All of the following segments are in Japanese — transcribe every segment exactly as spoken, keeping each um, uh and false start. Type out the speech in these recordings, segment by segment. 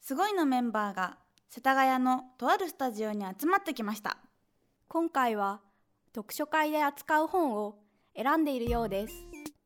すごいのメンバーが世田谷のとあるスタジオに集まってきました。 今回は読書会で扱う本を選んでいるようです。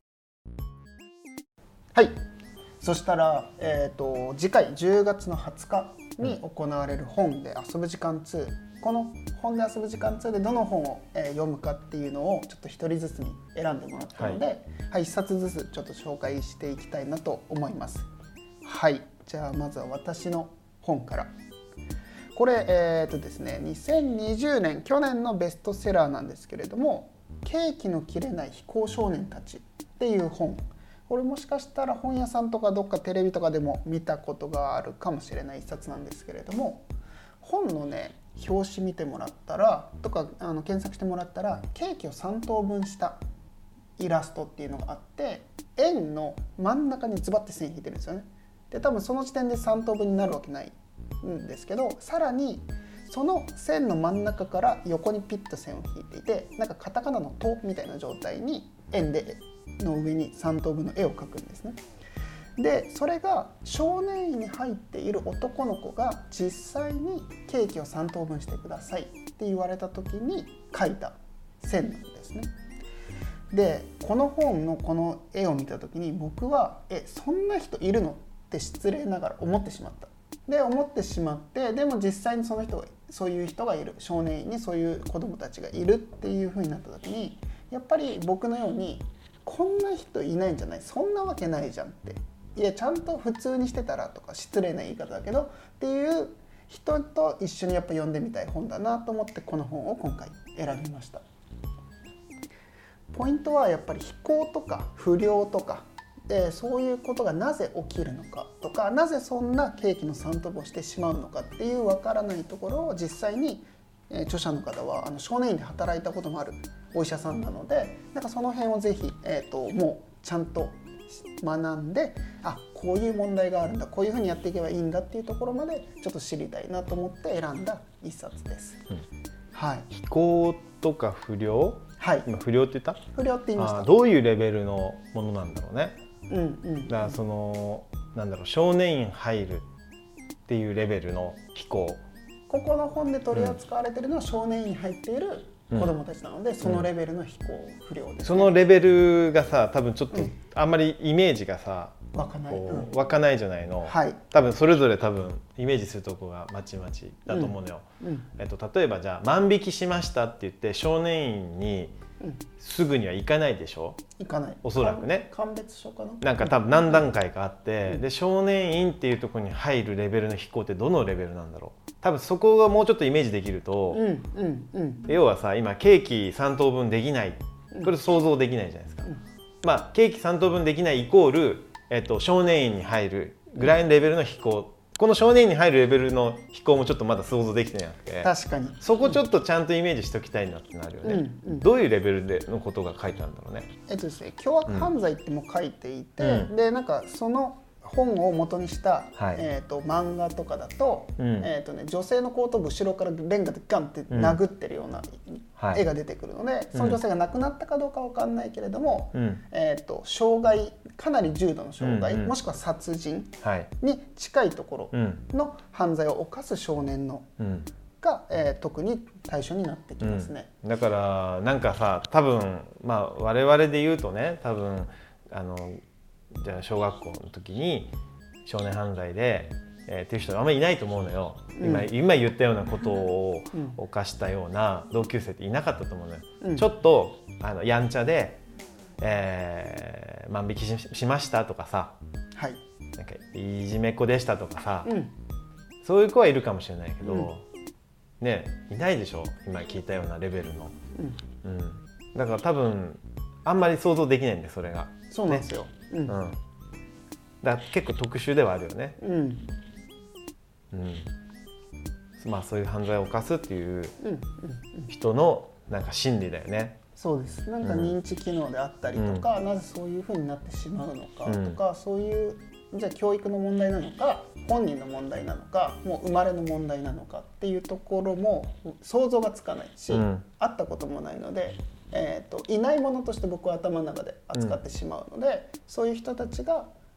はい、そしたら、えー、と次回じゅうがつのはつかに行われる本で遊ぶ時間ツー、この本で遊ぶ時間ツーでどの本を、えー、読むかっていうのをちょっと一人ずつに選んでもらったので、はいはい、いっさつずつちょっと紹介していきたいなと思います。はい、じゃあまずは私の本から。これ、えーとですね、にせんにじゅうねん去年のベストセラーなんですけれども、ケーキの切れない非行少年たちっていう本。これもしかしたら本屋さんとかどっかテレビとかでも見たことがあるかもしれない一冊なんですけれども、本のね表紙見てもらったらとかあの検索してもらったらケーキをさんとうぶんしたイラストっていうのがあって、円の真ん中にズバッて線引いてるんですよね。で多分その時点でさんとうぶんになるわけないんですけど、さらにその線の真ん中から横にピッと線を引いていて、なんかカタカナのとみたいな状態に円での上にさんとうぶんの絵を描くんですね。でそれが少年院に入っている男の子が実際にケーキをさんとうぶんしてくださいって言われた時に描いた線なんですね。でこの本のこの絵を見た時に僕はえそんな人いるのって失礼ながら思ってしまった。で思ってしまってでも実際にその人がそういう人がいる、少年院にそういう子どもたちがいるっていう風になった時に、やっぱり僕のようにこんな人いないんじゃない、そんなわけないじゃんって、いやちゃんと普通にしてたらとか失礼な言い方だけどっていう人と一緒にやっぱ読んでみたい本だなと思ってこの本を今回選びました。ポイントはやっぱり非行とか不良とかでそういうことがなぜ起きるのかとか、なぜそんなケーキのさんとうぶんをしてしまうのかっていうわからないところを実際に、えー、著者の方はあの少年院で働いたこともあるお医者さんなので、なんかその辺をぜひ、えーと、もうちゃんと学んで、あこういう問題があるんだ、こういうふうにやっていけばいいんだっていうところまでちょっと知りたいなと思って選んだ一冊です、うん、はい。 非行とか不良、 はい、 今不良って言った？ 不良って言いました。 あどういうレベルのものなんだろうね。 うんうんうん、 だからそのなんだろう、少年院入るっていうレベルの非行、 ここの本で取り扱われているのは少年院に入っている子どもたちなので、うん、そのレベルの非行不良ですね。 そのレベルがさ多分ちょっとあんまりイメージがさ、 うん、湧かない、うん、 湧かないじゃないの、 はい、多分それぞれ多分イメージするとこがまちまちだと思うのよ、うんうん、えっと、例えばじゃあ万引きしましたって言って少年院にすぐには行かないでしょ。 行かない、 おそらくね。 鑑別所かな、 なんか多分何段階かあって、うん、で少年院っていうところに入るレベルの非行ってどのレベルなんだろう。多分そこがもうちょっとイメージできると、うんうんうん、要はさ今ケーキさんとうぶんできない、これ想像できないじゃないですか、うん、まあケーキさんとうぶんできないイコール、えっと、少年院に入るぐらいのレベルの非行、この少年院に入るレベルの非行もちょっとまだ想像できてなくて、 確かにそこちょっとちゃんとイメージしておきたいなってなるよね、うんうん、どういうレベルでのことが書いてあるんだろうね。 えっとですね、凶悪犯罪っても書いていて、うん、でなんかその本を元にした、はい、えー、と漫画とかだと、うん、えーとね、女性の後頭部後ろからレンガでガンって殴ってるような絵が出てくるので、うん、はい、その女性が亡くなったかどうか分かんないけれども、うん、えー、と傷害、かなり重度の傷害、うんうん、もしくは殺人に近いところの犯罪を犯す少年の、うん、が、えー、特に対象になってきますね、 うん、だからなんかさ多分、まあ、我々で言うとね、多分あのじゃあ小学校の時に少年犯罪で、えー、っていう人はあんまりいないと思うのよ、うん、今, 今言ったようなことを犯したような同級生っていなかったと思うのよ、うん、ちょっとあのやんちゃで、えー、万引き し, しましたとかさ、はい、なんかいじめっ子でしたとかさ、うん、そういう子はいるかもしれないけど、うん、ね、いないでしょ今聞いたようなレベルの、うんうん、だから多分あんまり想像できないんで、それが。 そうなんですよ、ね、うん、 うん、だから結構特殊ではあるよね、うんうん、まあそういう犯罪を犯すっていう人のなんか心理だよね。 そうです。なんか認知機能であったりとか、うん、なぜそういう風になってしまうのかとか、うん、そういうじゃあ教育の問題なのか本人の問題なのかもう生まれの問題なのかっていうところも想像がつかないし、うん、会ったこともないので、えーと、いないものとして僕は頭の中で扱ってしまうので、うん、そういう人たちが、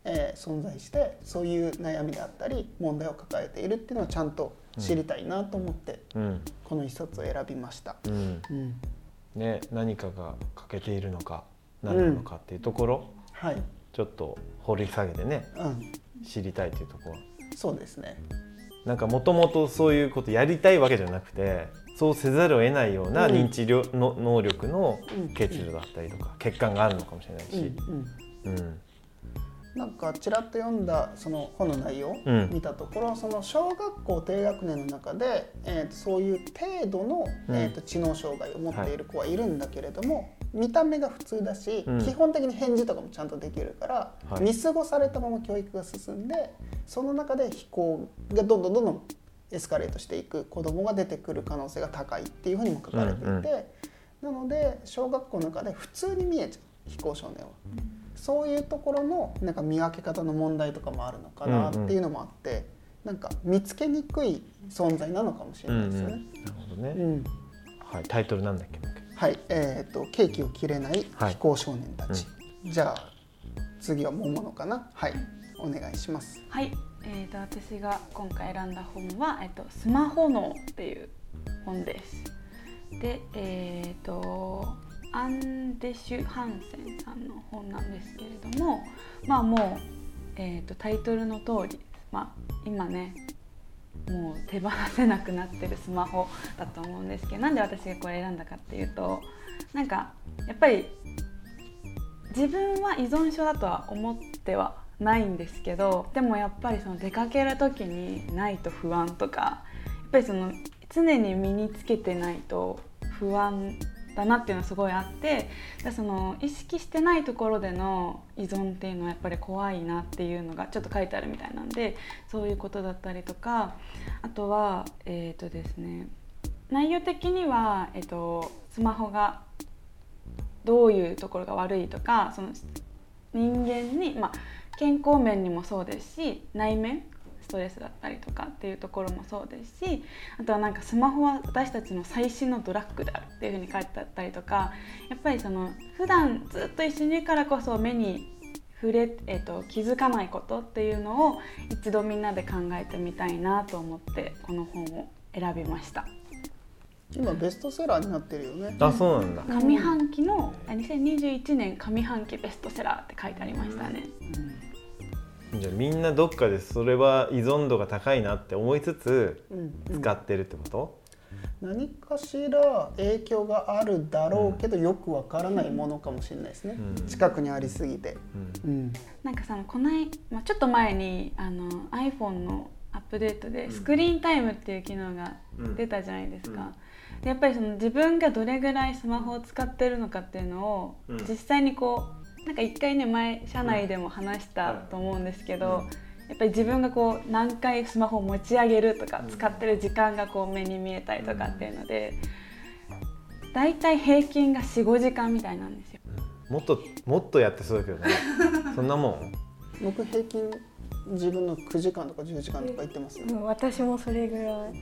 えー、存在してそういう悩みであったり問題を抱えているっていうのをちゃんと知りたいなと思って、うん、この一冊を選びました、うんうんね、何かが欠けているのか何なのかっていうところ、うんはい、ちょっと掘り下げてね、うん、知りたいというところ。 そうですね。 なんかもともとそういうことやりたいわけじゃなくてそうせざるを得ないような認知力の能力の欠如だったりとか欠陥があるのかもしれないし、うんうんうん、 なんかちらっと読んだその本の内容を見たところ、うん、その小学校低学年の中で、えー、とそういう程度の、えー、と知能障害を持っている子はいるんだけれども、はい、見た目が普通だし、うん、基本的に返事とかもちゃんとできるから、はい、見過ごされたまま教育が進んでその中で非行がどんどんどんどんエスカレートしていく子どもが出てくる可能性が高いっていうふうにも書かれていて、うんうん、なので小学校の中で普通に見えちゃう非行少年は、うん、そういうところのなんか見分け方の問題とかもあるのかなっていうのもあって、うんうん、なんか見つけにくい存在なのかもしれないですよね、うんうん、 なるほどね、うんはい、タイトルなんだっけはい、えーと、ケーキを切れない非行少年たち、はいうん、じゃあ次は桃野かな。はい、お願いします。 はい、えー、と私が今回選んだ本は、えー、とスマホ脳っていう本です。で、えー、とアンデシュ・ハンセンさんの本なんですけれども、まあもう、えー、とタイトルの通り、まあ、今ねもう手放せなくなってるスマホだと思うんですけど、なんで私がこれ選んだかっていうと、なんかやっぱり自分は依存症だとは思ってはないんですけど、でもやっぱりその出かける時にないと不安とか、やっぱりその常に身につけてないと不安だなっていうのはすごいあって、その意識してないところでの依存っていうのはやっぱり怖いなっていうのがちょっと書いてあるみたいなんで、そういうことだったりとか、あとはえっとですね内容的には、えっと、スマホがどういうところが悪いとか、その人間に、まあ、健康面にもそうですし内面ストレスだったりとかっていうところもそうですし、あとはなんかスマホは私たちの最新のドラッグであるっていうふうに書いてあったりとか、やっぱりその普段ずっと一緒にいるからこそ目に触れ、えーと、気づかないことっていうのを一度みんなで考えてみたいなと思ってこの本を選びました。 今ベストセラーになってるよね。 あ、そうなんだ。 上半期のにせんにじゅういちねん上半期ベストセラーって書いてありましたね、 うん、じゃあみんなどっかでそれは依存度が高いなって思いつつ使ってるってこと、 うんうん、何かしら影響があるだろうけど、うん、よくわからないものかもしれないですね、うん、近くにありすぎて、 うんうん、なんかさこの、まあ、ちょっと前にあの iPhone のアップデートでスクリーンタイムっていう機能が出たじゃないですか、うんうん、でやっぱりその自分がどれぐらいスマホを使ってるのかっていうのを実際にこうなんか一回ね前社内でも話したと思うんですけど、やっぱり自分がこう何回スマホを持ち上げるとか使ってる時間がこう目に見えたりとかっていうので、だいたい平均が よん、ごじかんみたいなんですよ。 もっともっとやってそうだけどねそんなもん僕平均自分のくじかんとかじゅうじかんとか言ってますよ、 うん、私もそれぐらい、 うん、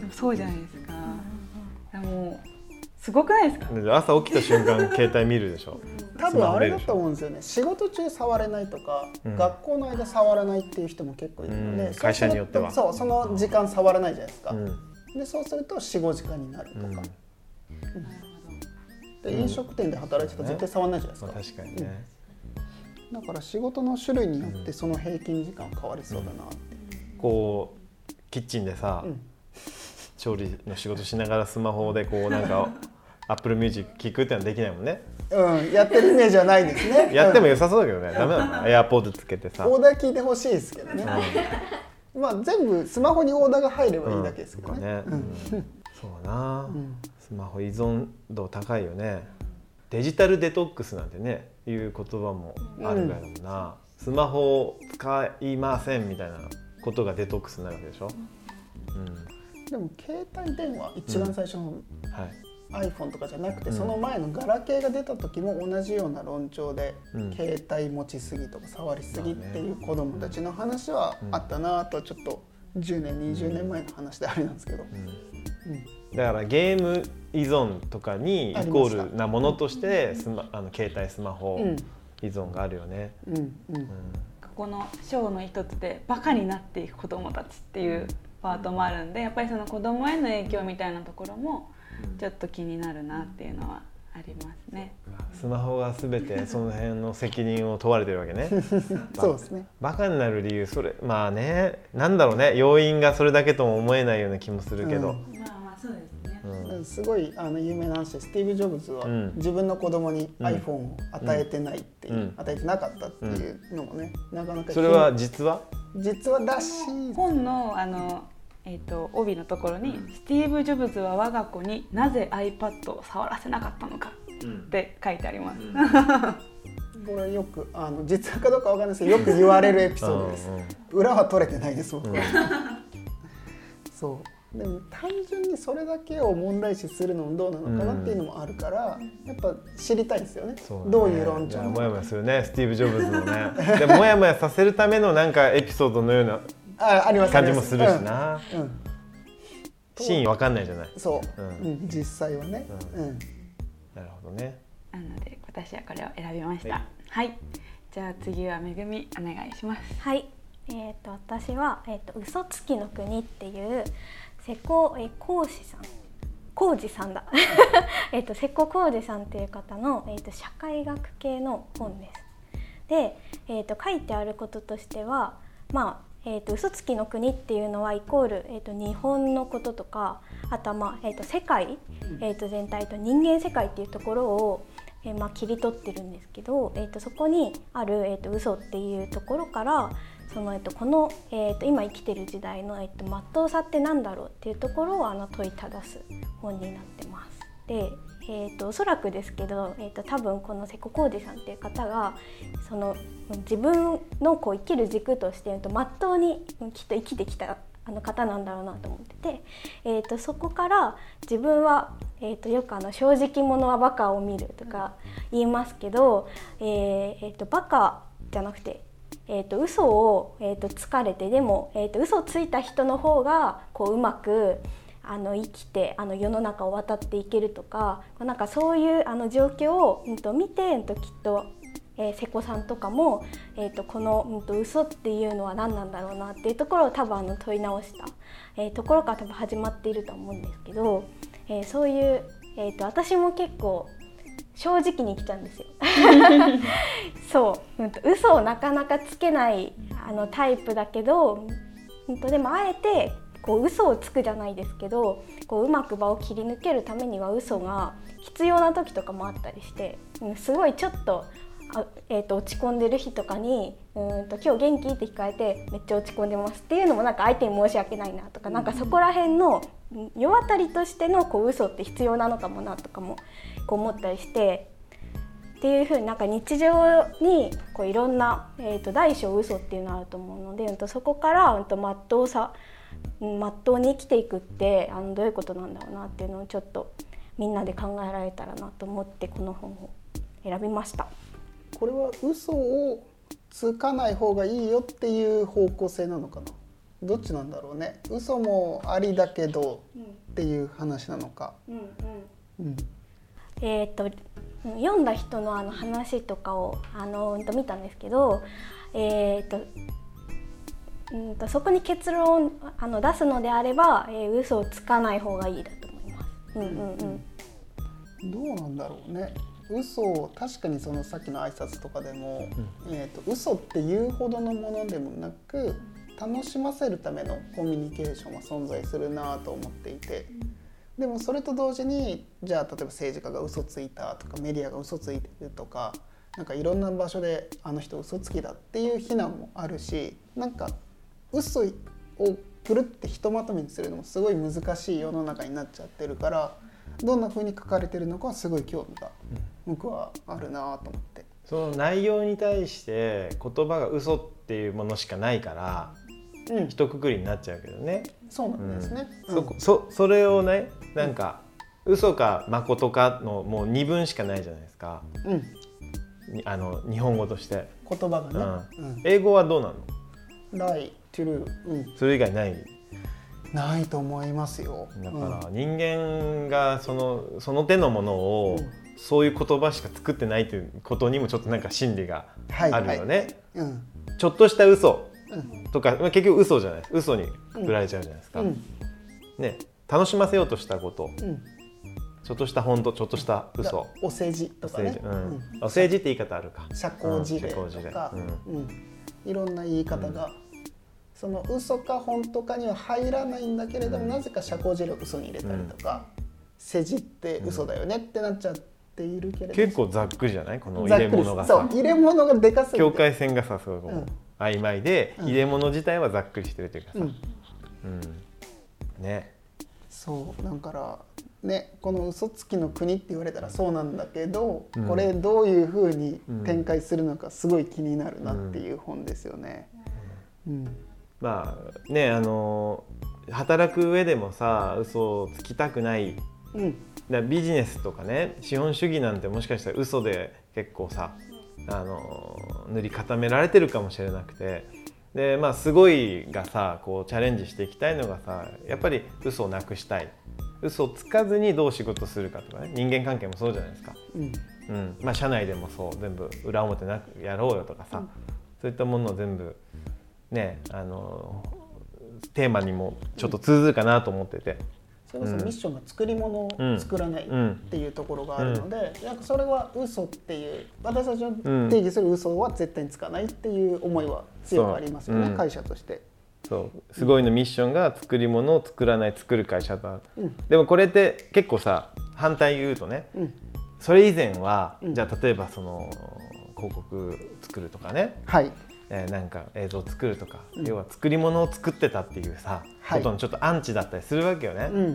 そうじゃないですか、うん、もうすごくないですか。 朝起きた瞬間携帯見るでしょ多分あれだと思うんですよね。仕事中触れないとか、うん、学校の間触らないっていう人も結構いるので、うん、 会社によってはそうその時間触らないじゃないですか、うん、でそうすると よん、ごじかんになるとか、うんうん、で飲食店で働いてたら絶対触らないじゃないですか、 ね、確かにね、 うん、だから仕事の種類によってその平均時間変わりそうだなって、 うん、こうキッチンでさ、うん、調理の仕事しながらスマホでこうなんかApple Music 聞くってのはできないもんね。 うん、やってるイメージはないですね。 やっても良さそうだけどね、うん、ダメなの AirPods つけてさ。 オーダー聞いてほしいですけどね。うん、まあ全部スマホにオーダーが入ればいいだけですけどね。うんねうん、そうな、うん、スマホ依存度高いよね。デジタルデトックスなんてねいう言葉もあるぐらいだもんな、うん、スマホを使いませんみたいなことがデトックスになるわけでしょ、うん、 でも携帯電話一番最初の、うんはい、iPhone とかじゃなくて、うん、その前のガラケーが出た時も同じような論調で、うん、携帯持ちすぎとか触りすぎっていう子どもたちの話はあったなと、ちょっとじゅうねんにじゅうねんまえの話であれなんですけど、うんうんだからゲーム依存とかにイコールなものとしてスマあの携帯スマホ依存があるよね、 うんうんうん、 このショーの一つでバカになっていく子どもたちっていうパートもあるんで、やっぱりその子どもへの影響みたいなところもちょっと気になるなっていうのはありますね。 スマホが全てその辺の責任を問われてるわけね。 そうですね。 バカになる理由、それまあね、なんだろうね、要因がそれだけとも思えないような気もするけど、 まあまあそうですね。 うん、すごいあの有名な話で、スティーブ・ジョブズは自分の子供に iPhone を与えてないっていう、うん、与えてなかったっていうのもね、なかなかそれは実は実はだし、 本のあのえー、と帯のところに、スティーブ・ジョブズは我が子になぜ iPad を触らせなかったのかって書いてあります、うんうん、これよくあの実話かどうかわかんないですけど、よく言われるエピソードです。裏は取れてないです僕は、うん、そうでも単純にそれだけを問題視するのもどうなのかなっていうのもあるから、うん、やっぱ知りたいですよね。そうだね、どういう論調なのか。 もやもやするね、スティーブ・ジョブズのね。でもやもやさせるためのなんかエピソードのような感じもするしな、うんうん、シーンわかんないじゃない。 そう、うんうん、実際はね、うんうん、 なるほどね。 なので私はこれを選びました。はい、はい、じゃあ次はめぐみお願いします。 はい、えー、と私は、えー、と嘘つきの国っていう瀬古浩二さん浩二さんだえと瀬古浩二さんっていう方の、えー、と社会学系の本です。で、えー、と書いてあることとしては、まあえー、と嘘つきの国っていうのはイコール、えー、と日本のこととか、あとは、まあえー、と世界、えー、と全体と人間世界っていうところを、えーまあ、切り取ってるんですけど、えー、とそこにある、えー、と嘘っていうところから、その、えー、とこの、えー、と今生きてる時代の、えー、と真っ当さってなんだろうっていうところをあの問いただす本になってます。でえー、とおそらくですけど、えー、と多分この瀬古浩二さんっていう方がその自分のこう生きる軸として、まっとうにきっと生きてきたあの方なんだろうなと思ってて、えー、とそこから自分は、えー、とよくあの正直者はバカを見るとか言いますけど、えーえー、とバカじゃなくて、えー、と嘘を、えー、とつかれて、でも、えー、と嘘をついた人の方がこううまくあの生きてあの世の中を渡っていけるとか、なんかそういうあの状況を、うん、と見て、うん、ときっと、えー、瀬古さんとかも、えー、とこの、うん、と嘘っていうのは何なんだろうなっていうところを多分あの問い直した、えー、ところから多分始まっていると思うんですけど、えー、そういう、えー、と私も結構正直に生きちゃうんですよそう、うん、と嘘をなかなかつけないあのタイプだけど、うん、とでもあえてこう嘘をつくじゃないですけど、こううまく場を切り抜けるためには嘘が必要な時とかもあったりして、うん、すごいちょっと、あ、えー、と落ち込んでる日とかにうんと今日元気って聞かれてめっちゃ落ち込んでますっていうのもなんか相手に申し訳ないなとか、なんかそこら辺の世渡りとしてのこう嘘って必要なのかもなとかもこう思ったりして、っていう風になんか日常にこういろんな、えー、と大小嘘っていうのがあると思うので、うん、とそこから、うん、と真っ当さまっとうに生きていくってあのどういうことなんだろうなっていうのをちょっとみんなで考えられたらなと思ってこの本を選びました。 これは嘘をつかない方がいいよっていう方向性なのかな。どっちなんだろうね。嘘もありだけどっていう話なのか、うんうんうん、 えー、と読んだ人のあの話とかをあの見たんですけど、えーとうんとそこに結論をあの出すのであれば、えー、嘘をつかない方がいいだと思います。うんうんうん、どうなんだろうね。嘘を確かにそのさっきの挨拶とかでも、うんえー、と嘘っていうほどのものでもなく、楽しませるためのコミュニケーションは存在するなと思っていて、でもそれと同時にじゃあ例えば政治家が嘘ついたとかメディアが嘘ついてるとか、なんかいろんな場所であの人嘘つきだっていう非難もあるし、なんか嘘をくるってひとまとめにするのもすごい難しい世の中になっちゃってるから、どんな風に書かれてるのかはすごい興味が僕はあるなと思って、 その内容に対して言葉が嘘っていうものしかないから、うん、一括りになっちゃうけどね。 そうなんですね、 うんうん、そ, そ, それをね、なんか、うん、嘘か誠かのもう二分しかないじゃないですか、うん、あの日本語として言葉がね、 うんうん、英語はどうなの ？lie, true、うん、 それ以外ないないと思いますよ。 だから人間がその、その手のものを、うん、そういう言葉しか作ってないということにもちょっとなんか心理があるよね。はいはいうん、 ちょっとした嘘とか、まあ、結局嘘じゃないです嘘にくられちゃうじゃないですか、 うんね、楽しませようとしたこと、 うん、 ちょっとした本当ちょっとした嘘、 お世辞とかね、 お世辞、うんお世辞って言い方あるか、 社交辞令とか、うんうん、いろんな言い方が、うん、その嘘か本当かには入らないんだけれども、うん、なぜか社交辞令を嘘に入れたりとか、うん、世辞って嘘だよねってなっちゃっているけれども、 結構ざっくりじゃないこの入れ物がさ、 そう入れ物がでかすぎて境界線がさすごいこう、うん、曖昧で、うん、入れ物自体はざっくりしてるというかさ、うんうん、ね、 そうだからね、この嘘つきの国って言われたらそうなんだけど、うん、これどういうふうに展開するのかすごい気になるなっていう本ですよね、うんうん、 まあね、あの働く上でもさ嘘をつきたくない、うん、だビジネスとかね資本主義なんてもしかしたら嘘で結構さあの塗り固められてるかもしれなくて、でまあすごいがさこうチャレンジしていきたいのがさやっぱり嘘をなくしたい、嘘をつかずにどう仕事するかとかね、人間関係もそうじゃないですか、うんうん、まあ社内でもそう全部裏表なくやろうよとかさ、うん、そういったものを全部ねあのテーマにもちょっと通ずるかなと思ってて、 それこそミッションが作り物を作らないっていうところがあるので、うん、なんかそれは嘘っていう私たちの定義する嘘は絶対につかないっていう思いは強くありますよね、うん、会社として。 そうすごいのミッションが作り物を作らない作る会社だ、うん、でもこれって結構さ反対言うとね、うん、それ以前は、うん、じゃあ例えばその広告作るとかね、はいえー、なんか映像作るとか、うん、要は作り物を作ってたっていうさ、はい、ことのちょっとアンチだったりするわけよね、うんうん、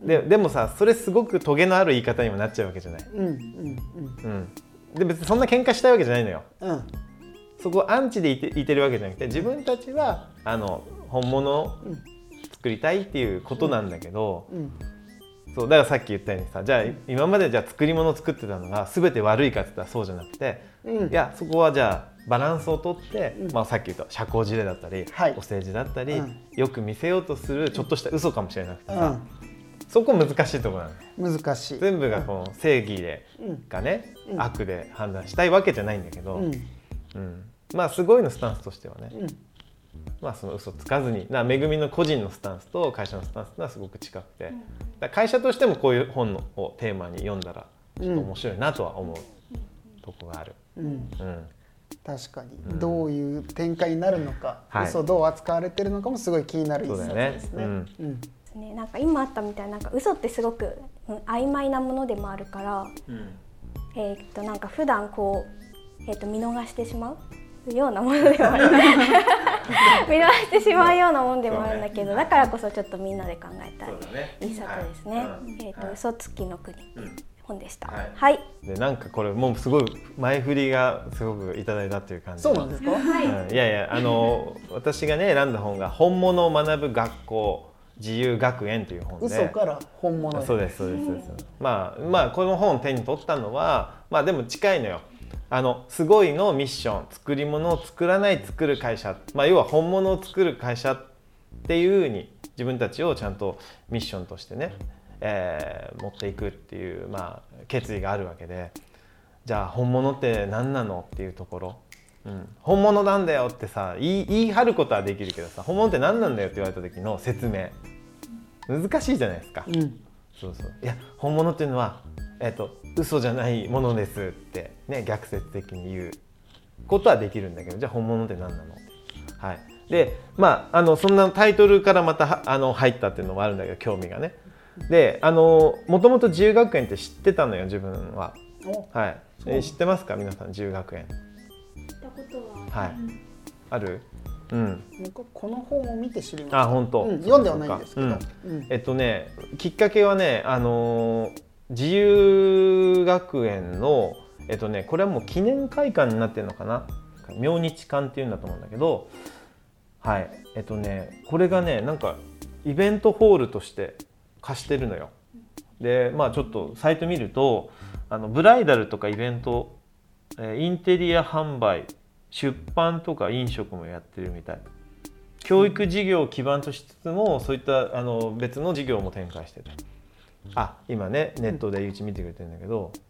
で, でもさそれすごくトゲのある言い方にもなっちゃうわけじゃない、うんうんうん、で別にそんな喧嘩したいわけじゃないのよ、うん、そこアンチでいて、いてるわけじゃなくて自分たちはあの本物を作りたいっていうことなんだけど、うんうん、そうだからさっき言ったようにさじゃあ今までじゃあ作り物を作ってたのが全て悪いかって言ったらそうじゃなくて、うん、いやそこはじゃあバランスをとって、うんまあ、さっき言った社交辞令だったり、はい、お世辞だったり、うん、よく見せようとするちょっとした嘘かもしれなくてさ、うん、そこ難しいところなの。 難しい。 全部がこの正義で、うん、がね、うん、悪で判断したいわけじゃないんだけど、うんうん、まあすごいのスタンスとしてはね、うん、まあその嘘つかずになめぐみの個人のスタンスと会社のスタンスはすごく近くて、うん、だ会社としてもこういう本をテーマに読んだらちょっと面白いなとは思うとこがある。うんうん確かに、うん、どういう展開になるのか、はい、嘘どう扱われてるのかもすごい気になる一冊ですね。うんうんねなんか今あったみたいな、なんか嘘ってすごく、うん、曖昧なものでもあるから、うん、えー、っとなんか普段こう、えー、っと見逃してしまうようなものでもある見逃してしまうようなものでもあるんだけど、だからこそちょっとみんなで考えたい一冊ですね。はい、えー、っと、はい、嘘つきの国。うん本でした。はい。はい、 でなんかこれもうすごい前振りがすごくいただいたっていう感じ。 そうなんですか？はい。 うん、いやいやあの私がね選んだ本が本物を学ぶ学校自由学園という本で。 嘘から本物。 そうですそうですそうです。まあまあこの本を手に取ったのはまあでも近いのよ。あのすごいのミッション作り物を作らない作る会社、まあ要は本物を作る会社っていう風に自分たちをちゃんとミッションとしてね。えー、持っていくっていう、まあ、決意があるわけで、じゃあ本物って何なのっていうところ、うん、本物なんだよってさ言い、言い張ることはできるけどさ本物って何なんだよって言われた時の説明難しいじゃないですか、うん、そうそういや本物っていうのは、えーと、嘘じゃないものですって、ね、逆説的に言うことはできるんだけどじゃあ本物って何なのって、はい、でまああのそんなタイトルからまたあの入ったっていうのもあるんだけど興味がねであのもともと自由学園って知ってたのよ自分は、はい、えー、知ってますか皆さん自由学園。 知ったことは、 はい、ある？うん。 僕この本を見て知りました。 あ本当、 うん、読んではないんですけど、うんうん、えっとねきっかけはねあの自由学園のえっとねこれはもう記念会館になってるのかな明日館っていうんだと思うんだけど、はいえっとねこれがねなんかイベントホールとして貸してるのよ。でまあちょっとサイト見るとあのブライダルとかイベント、えー、インテリア販売出版とか飲食もやってるみたい。教育事業を基盤としつつもそういったあの別の事業も展開してる。あ今ねネットで YouTube 見てくれてるんだけど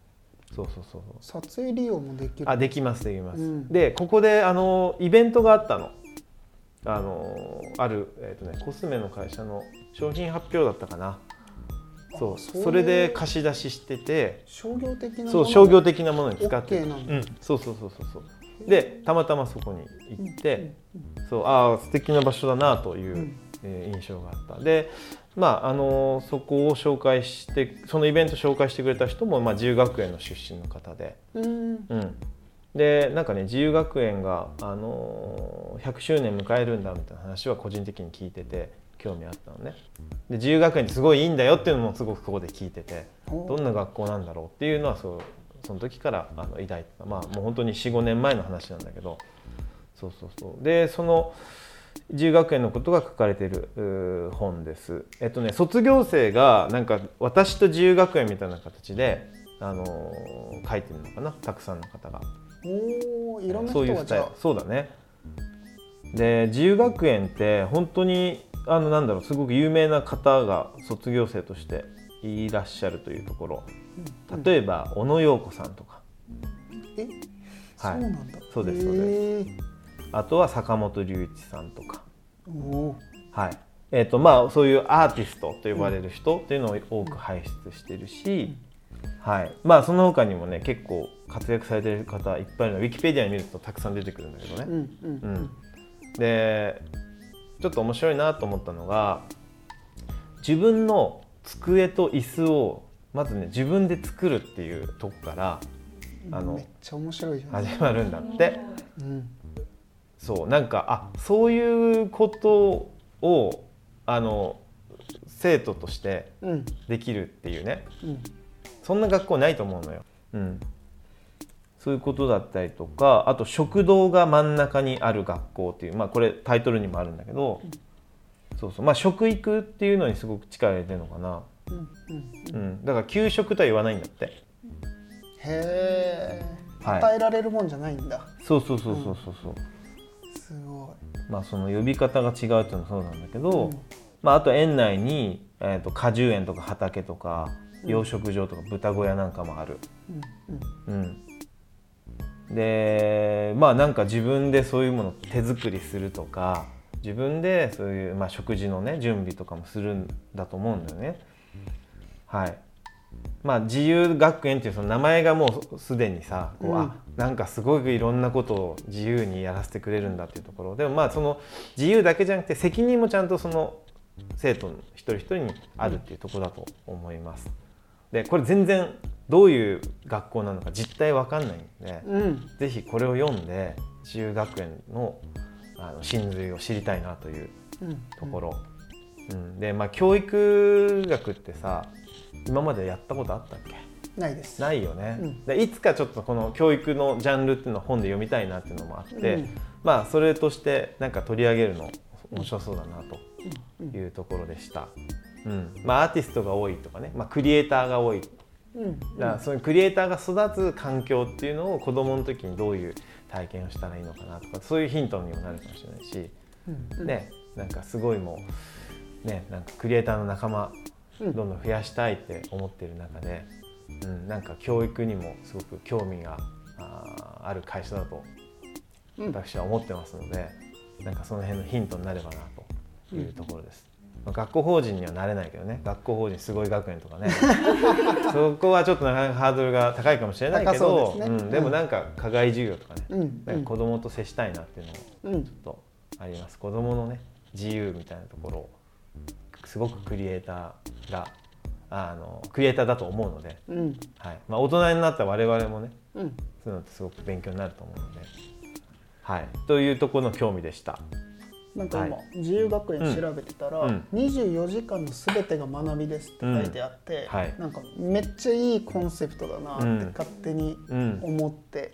そうそうそう撮影利用もできる。 あできますできます、 うん、 でここであのイベントがあったのあのある、えーとね、コスメの会社の商品発表だったかな。そうそういうそれで貸し出ししてて商業的なものそう商業的なものに使って OK なんだ、 うん、そうそうそうそうそうでたまたまそこに行って、うんうん、そうああ素敵な場所だなという、うんえー、印象があった。でまああのー、そこを紹介してそのイベント紹介してくれた人も、まあ、自由学園の出身の方で、 うんうん、でなんかね自由学園が、あのー、ひゃくしゅうねん迎えるんだみたいな話は個人的に聞いてて興味あったのね。で自由学園ってすごいいいんだよっていうのもすごくここで聞いててどんな学校なんだろうっていうのはそうその時からあの抱いてた。まあもう本当に よん,ご 年前の話なんだけどそうそうそうでその自由学園のことが書かれている本です。えっとね卒業生がなんか私と自由学園みたいな形であのー、書いてるのかなたくさんの方が。 おーいろんな人そういうがじゃあそうだね。で自由学園って本当にあのなんだろうすごく有名な方が卒業生としていらっしゃるというところ、うん、例えば小野陽子さんとかえ、はい、そうなんだ。 そうですそうです。あとは坂本龍一さんとかお、 はいえーとまあ、そういうアーティストと呼ばれる人っていうのを多く輩出してるし、うんはいまあ、その他にもね結構活躍されてる方いっぱいいるのウィキペディアに見るとたくさん出てくるんだけどね、うんうんうん、でちょっと面白いなと思ったのが自分の机と椅子をまずね自分で作るっていうとこからあのめっちゃ面白いじゃん始まるんだって、 うん、 そうなんかあそういうことをあの生徒としてできるっていうね、うん、そんな学校ないと思うのよ、うん、そういうことだったりとかあと食堂が真ん中にある学校っていう、まあ、これタイトルにもあるんだけど、うんそうそうまあ、食育っていうのにすごく力入れてるのかな、うんうんうん、だから給食とは言わないんだって。 へー、はい、与えられるもんじゃないんだ。 そうそうそうそうそうそう、 うん、すごい。 まあその呼び方が違うっていうのはそうなんだけど、うんまあ、あと園内に、えーと果樹園とか畑とか養殖場とか豚小屋なんかもある、うんうんうん、でまあなんか自分でそういうものを手作りするとか自分でそういう、まあ、食事のね準備とかもするんだと思うんだよね。はいまあ、自由学園っていうその名前がもうすでにさこう、うん、あなんかすごくいろんなことを自由にやらせてくれるんだっていうところでもまあその自由だけじゃなくて責任もちゃんとその生徒の一人一人にあるっていうところだと思います。でこれ全然どういう学校なのか実態わかんないんで、うん、ぜひこれを読んで自由学園のあの真髄を知りたいなというところ、うんうん、でまあ教育学ってさ今までやったことあったっけ？ ないです。 ないよね、うん、でいつかちょっとこの教育のジャンルっていうのを本で読みたいなっていうのもあって、うん、まあそれとしてなんか取り上げるの面白そうだなというところでした、うんまあ、アーティストが多いとかね、まあ、クリエイターが多い、うん、だからそのクリエイターが育つ環境っていうのを子どもの時にどういう体験をしたらいいのかなとかそういうヒントにもなるかもしれないし、うん、ねなんかすごいもうねなんかクリエイターの仲間どんどん増やしたいって思っている中で、うん、なんか教育にもすごく興味が あ, ある会社だと私は思ってますので、うん、なんかその辺のヒントになればなというところです、うんまあ、学校法人にはなれないけどね学校法人すごい学園とかねそこはちょっとなかなかハードルが高いかもしれないけど で,、ねうん、でもなんか課外授業とかね、うん、なんか子どもと接したいなっていうのもちょっとあります、うん、子どものね自由みたいなところをすごくクリエイターがあのクリエイターだと思うので、うんはいまあ、大人になった我々もね、うん、そういうのってすごく勉強になると思うので、はい、というところの興味でした。 なんか今、はい、自由学園調べてたら、うん、にじゅうよじかんのすべてが学びですって書いてあって、うんはい、なんかめっちゃいいコンセプトだなって勝手に思って、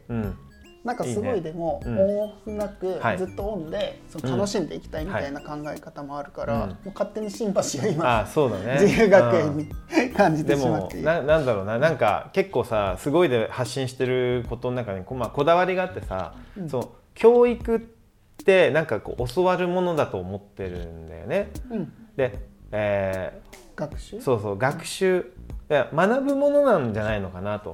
うんうんなんかすごいでもオンオフなくずっとオンでその楽しんでいきたいみたいな考え方もあるから、もう勝手にシンパシーを今、 あそうだね、 自由学園に感じてしまっている。 でも な, なんだろうななんか結構さすごいで発信してることの中にこ,、まあ、こだわりがあってさ、うん、そう教育ってなんかこう教わるものだと思ってるんだよね、うん、で、えー、 学習そうそう学習いや学ぶものなんじゃないのかなと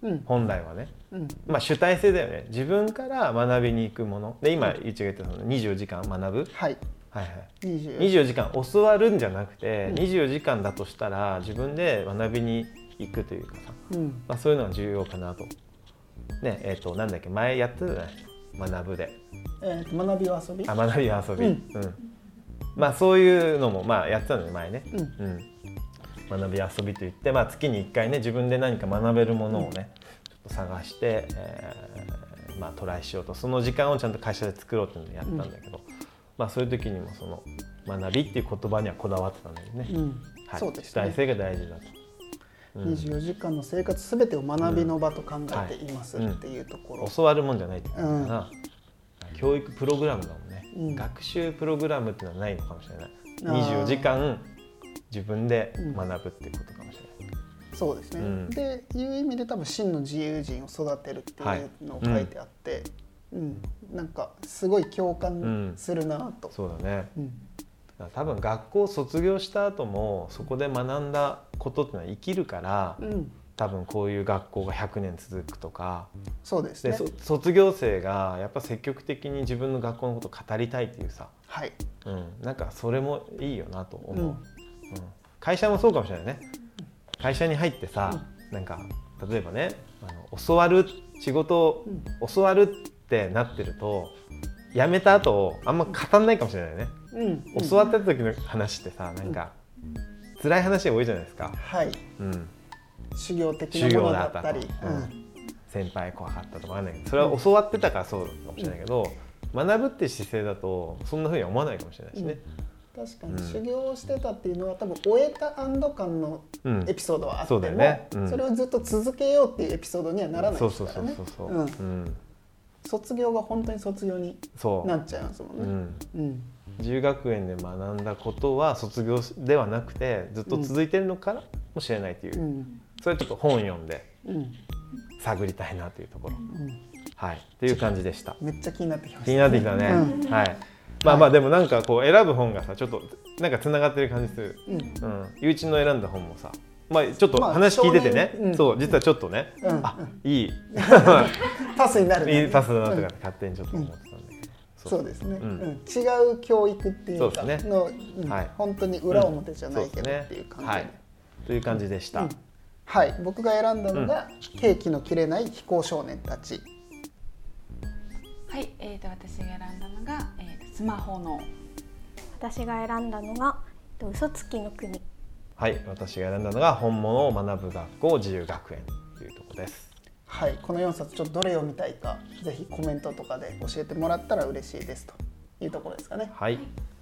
うん本来はね、 うんまあ主体性だよね。自分から学びに行くもので、今ゆういちが言ったそのにじゅうよじかん学ぶ、 はいはいはい、 にじゅうにじゅうよじかん教わるんじゃなくて、 うんにじゅうよじかんだとしたら自分で学びに行くというかさ、 うんまあ、そういうのが重要かなと。ねえー、となんだっけ前やってたじゃない、学ぶで、 えーと学びは遊びあ学びは遊び、 ううんんまあそういうのもまあやってたのね前ね、 うんうん、学び遊びといって、まあ、月にいっかいね自分で何か学べるものをね、ちょっと探して、えーまあ、トライしようと、その時間をちゃんと会社で作ろうっていうのをやったんだけど、まあ、そういう時にもその学びっていう言葉にはこだわってたんだよね、 うんはい、 そうですね主体性が大事だと、うんにじゅうよじかんの生活すべてを学びの場と考えていますっていうところ、 教わるもんじゃないってことかな、うん、教育プログラムだもんね、 うん、 学習プログラムっていうのはないのかもしれない。 あーにじゅうよじかん自分で学ぶっていうことかもしれない、 そうですね、 うん、 でいう意味で多分真の自由人を育てるっていうのを書いてあって、はいうんうん、なんかすごい共感するなと、 うん、そうだね、 うん多分学校を卒業した後もそこで学んだことっていうのは生きるから、うん、多分こういう学校がひゃくねん続くとか、 そうですね、 で卒業生がやっぱ積極的に自分の学校のことを語りたいっていうさ、 はいうん、なんかそれもいいよなと思う、うんうん、会社もそうかもしれないね。会社に入ってさ、うん、なんか例えばねあの教わる仕事を、うん、教わるってなってると辞めた後あんま語んないかもしれないね、うん、教わった時の話ってさなんか、うん、辛い話が多いじゃないですか。 はい、うん、修行的なものだったり、 うん、先輩怖かったとかあるんだけど、それは教わってたからそうかもしれないけど、うん、学ぶって姿勢だとそんな風には思わないかもしれないしね、 うん、確かに修行をしてたっていうのは多分終えた安堵感のエピソードはあっても、うん そ, ねうん、それをずっと続けようっていうエピソードにはならないですからね。卒業が本当に卒業になっちゃいますもんね。うんうん自由学園で学んだことは卒業ではなくてずっと続いてるのかもしれないという、うん、それちょっと本読んで探りたいなというところ、うん、はいっていう感じでした。 めっちゃ気になってきました、ね、 気になってきたね、うん、はいまあまあでもなんかこう選ぶ本がさちょっとなんかつながってる感じする、うんうん、ゆういちの選んだ本もさまあちょっと話聞いててね、まあうん、そう実はちょっとね、うん、あいいパスになる、ね、 いいパスだなとか勝手にちょっと思ってたんだけど、 そうですね、うんうん、違う教育っていうかのう、ねうんはい、本当に裏表じゃないけどっていう感じで、うんねはい、 という感じでした、うん、 はい僕が選んだのが、うん、ケーキの切れない非行少年たち。 はい、えー、と私が選んだのが、えー、とスマホの。 私が選んだのが嘘つきの国。 はい私が選んだのが本物を学ぶ学校自由学園というところです。 はい、このよんさつちょっとどれを見たいかぜひコメントとかで教えてもらったら嬉しいですというところですかね。 はい、